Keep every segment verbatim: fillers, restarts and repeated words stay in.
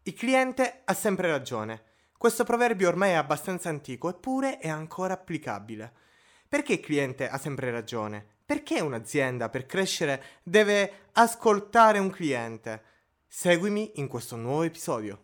Il cliente ha sempre ragione. Questo proverbio ormai è abbastanza antico, eppure è ancora applicabile. Perché il cliente ha sempre ragione? Perché un'azienda, per crescere, deve ascoltare un cliente? Seguimi in questo nuovo episodio.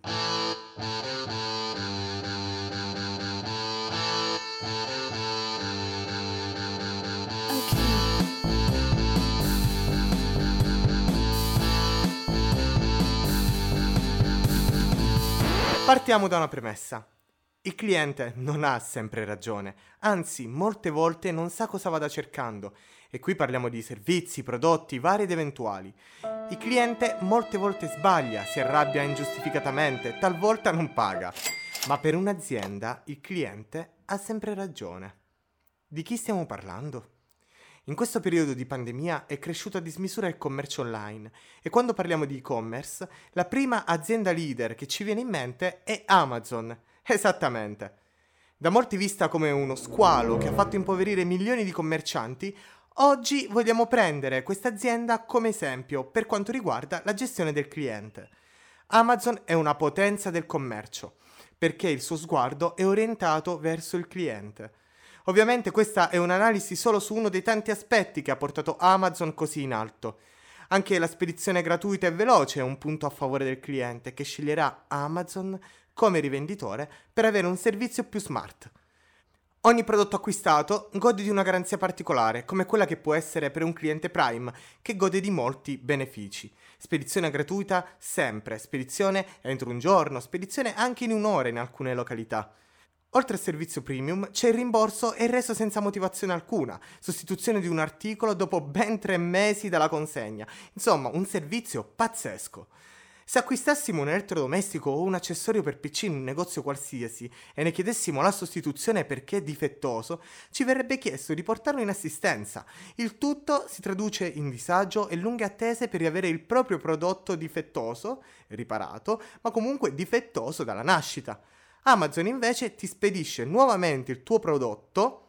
Partiamo da una premessa. Il cliente non ha sempre ragione, anzi molte volte non sa cosa vada cercando, e qui parliamo di servizi, prodotti, vari ed eventuali. Il cliente molte volte sbaglia, si arrabbia ingiustificatamente, talvolta non paga, ma per un'azienda il cliente ha sempre ragione. Di chi stiamo parlando? In questo periodo di pandemia è cresciuto a dismisura il commercio online e quando parliamo di e-commerce, la prima azienda leader che ci viene in mente è Amazon. Esattamente. Da molti vista come uno squalo che ha fatto impoverire milioni di commercianti, oggi vogliamo prendere questa azienda come esempio per quanto riguarda la gestione del cliente. Amazon è una potenza del commercio, perché il suo sguardo è orientato verso il cliente. Ovviamente questa è un'analisi solo su uno dei tanti aspetti che ha portato Amazon così in alto. Anche la spedizione gratuita e veloce è un punto a favore del cliente che sceglierà Amazon come rivenditore per avere un servizio più smart. Ogni prodotto acquistato gode di una garanzia particolare, come quella che può essere per un cliente Prime, che gode di molti benefici. Spedizione gratuita sempre, spedizione entro un giorno, spedizione anche in un'ora in alcune località. Oltre al servizio premium c'è il rimborso e il reso senza motivazione alcuna, sostituzione di un articolo dopo ben tre mesi dalla consegna, insomma un servizio pazzesco. Se acquistassimo un elettrodomestico o un accessorio per P C in un negozio qualsiasi e ne chiedessimo la sostituzione perché è difettoso, ci verrebbe chiesto di portarlo in assistenza. Il tutto si traduce in disagio e lunghe attese per riavere il proprio prodotto difettoso, riparato, ma comunque difettoso dalla nascita. Amazon invece ti spedisce nuovamente il tuo prodotto,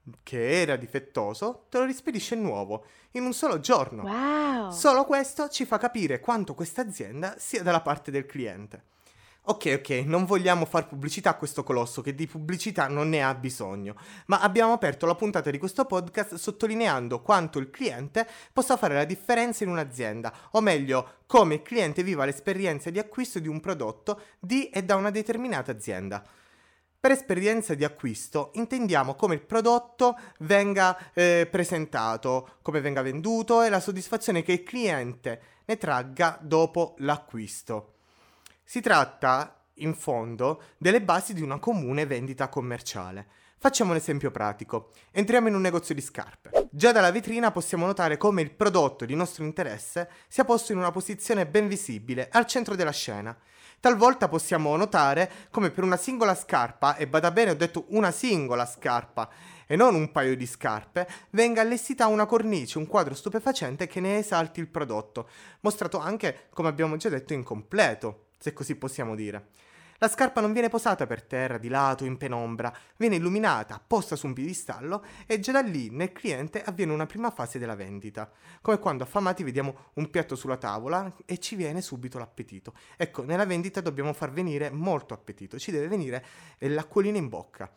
che era difettoso, te lo rispedisce nuovo, in un solo giorno. Wow! Solo questo ci fa capire quanto questa azienda sia dalla parte del cliente. Ok, ok, non vogliamo far pubblicità a questo colosso che di pubblicità non ne ha bisogno, ma abbiamo aperto la puntata di questo podcast sottolineando quanto il cliente possa fare la differenza in un'azienda, o meglio, come il cliente viva l'esperienza di acquisto di un prodotto di e da una determinata azienda. Per esperienza di acquisto intendiamo come il prodotto venga eh, presentato, come venga venduto e la soddisfazione che il cliente ne tragga dopo l'acquisto. Si tratta, in fondo, delle basi di una comune vendita commerciale. Facciamo un esempio pratico. Entriamo in un negozio di scarpe. Già dalla vetrina possiamo notare come il prodotto di nostro interesse sia posto in una posizione ben visibile, al centro della scena. Talvolta possiamo notare come per una singola scarpa, e bada bene ho detto una singola scarpa e non un paio di scarpe, venga allestita una cornice, un quadro stupefacente che ne esalti il prodotto, mostrato anche, come abbiamo già detto, incompleto, se così possiamo dire. La scarpa non viene posata per terra, di lato, in penombra, viene illuminata, posta su un piedistallo e già da lì nel cliente avviene una prima fase della vendita, come quando affamati vediamo un piatto sulla tavola e ci viene subito l'appetito. Ecco, nella vendita dobbiamo far venire molto appetito, ci deve venire l'acquolina in bocca.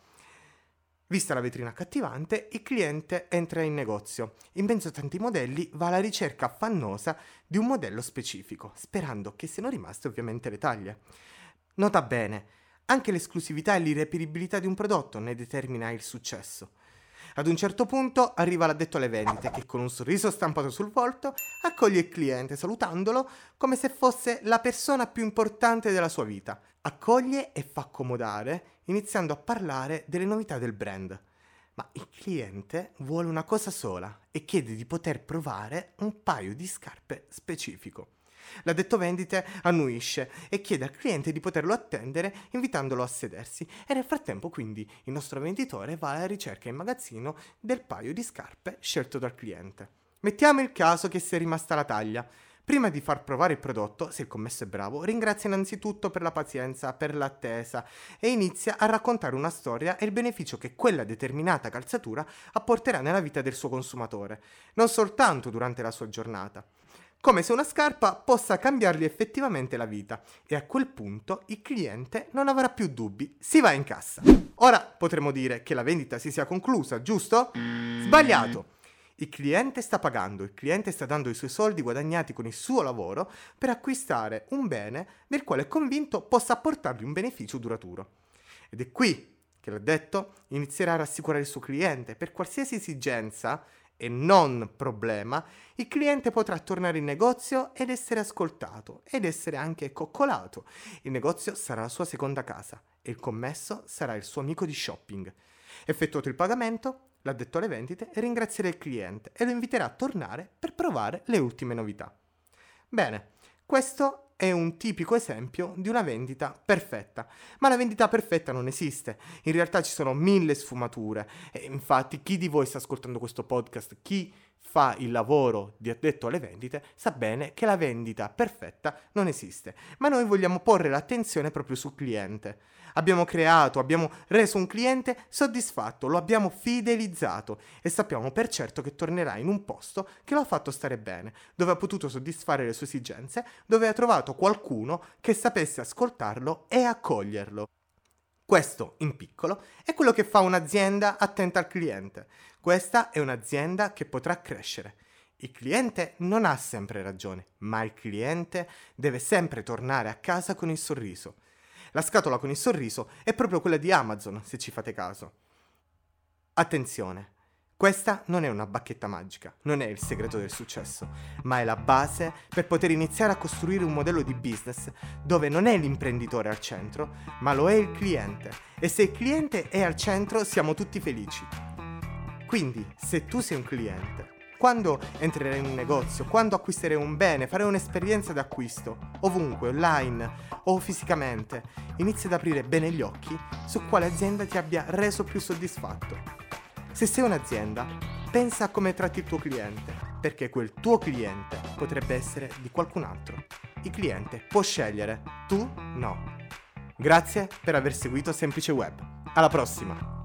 Vista la vetrina accattivante, il cliente entra in negozio. In mezzo a tanti modelli va alla ricerca affannosa di un modello specifico, sperando che siano rimaste ovviamente le taglie. Nota bene, anche l'esclusività e l'irreperibilità di un prodotto ne determina il successo. Ad un certo punto arriva l'addetto alle vendite che con un sorriso stampato sul volto accoglie il cliente salutandolo come se fosse la persona più importante della sua vita. Accoglie e fa accomodare iniziando a parlare delle novità del brand. Ma il cliente vuole una cosa sola e chiede di poter provare un paio di scarpe specifico. L'addetto vendite annuisce e chiede al cliente di poterlo attendere invitandolo a sedersi e nel frattempo quindi il nostro venditore va alla ricerca in magazzino del paio di scarpe scelto dal cliente. Mettiamo il caso che sia rimasta la taglia. Prima di far provare il prodotto, se il commesso è bravo, ringrazia innanzitutto per la pazienza, per l'attesa e inizia a raccontare una storia e il beneficio che quella determinata calzatura apporterà nella vita del suo consumatore, non soltanto durante la sua giornata. come se una scarpa possa cambiargli effettivamente la vita e a quel punto il cliente non avrà più dubbi, si va in cassa. Ora potremmo dire che la vendita si sia conclusa, giusto? Sbagliato! Il cliente sta pagando, il cliente sta dando i suoi soldi guadagnati con il suo lavoro per acquistare un bene del quale è convinto possa apportargli un beneficio duraturo. Ed è qui che l'addetto inizierà a rassicurare il suo cliente per qualsiasi esigenza e non problema, il cliente potrà tornare in negozio ed essere ascoltato ed essere anche coccolato. Il negozio sarà la sua seconda casa e il commesso sarà il suo amico di shopping. Effettuato il pagamento, l'addetto alle vendite ringrazierà il cliente e lo inviterà a tornare per provare le ultime novità. Bene, questo è un tipico esempio di una vendita perfetta, ma la vendita perfetta non esiste. In realtà ci sono mille sfumature e infatti chi di voi sta ascoltando questo podcast, chi fa il lavoro di addetto alle vendite, sa bene che la vendita perfetta non esiste, ma noi vogliamo porre l'attenzione proprio sul cliente. Abbiamo creato, abbiamo reso un cliente soddisfatto, lo abbiamo fidelizzato e sappiamo per certo che tornerà in un posto che lo ha fatto stare bene, dove ha potuto soddisfare le sue esigenze, dove ha trovato qualcuno che sapesse ascoltarlo e accoglierlo. Questo, in piccolo, è quello che fa un'azienda attenta al cliente. Questa è un'azienda che potrà crescere. Il cliente non ha sempre ragione, ma il cliente deve sempre tornare a casa con il sorriso. La scatola con il sorriso è proprio quella di Amazon, se ci fate caso. Attenzione, questa non è una bacchetta magica, non è il segreto del successo, ma è la base per poter iniziare a costruire un modello di business dove non è l'imprenditore al centro, ma lo è il cliente. E se il cliente è al centro, siamo tutti felici. Quindi, se tu sei un cliente, quando entrerai in un negozio, quando acquisterai un bene, farai un'esperienza d'acquisto, ovunque, online o fisicamente, inizi ad aprire bene gli occhi su quale azienda ti abbia reso più soddisfatto. Se sei un'azienda, pensa a come tratti il tuo cliente, perché quel tuo cliente potrebbe essere di qualcun altro. Il cliente può scegliere, tu no. Grazie per aver seguito Semplice Web. Alla prossima!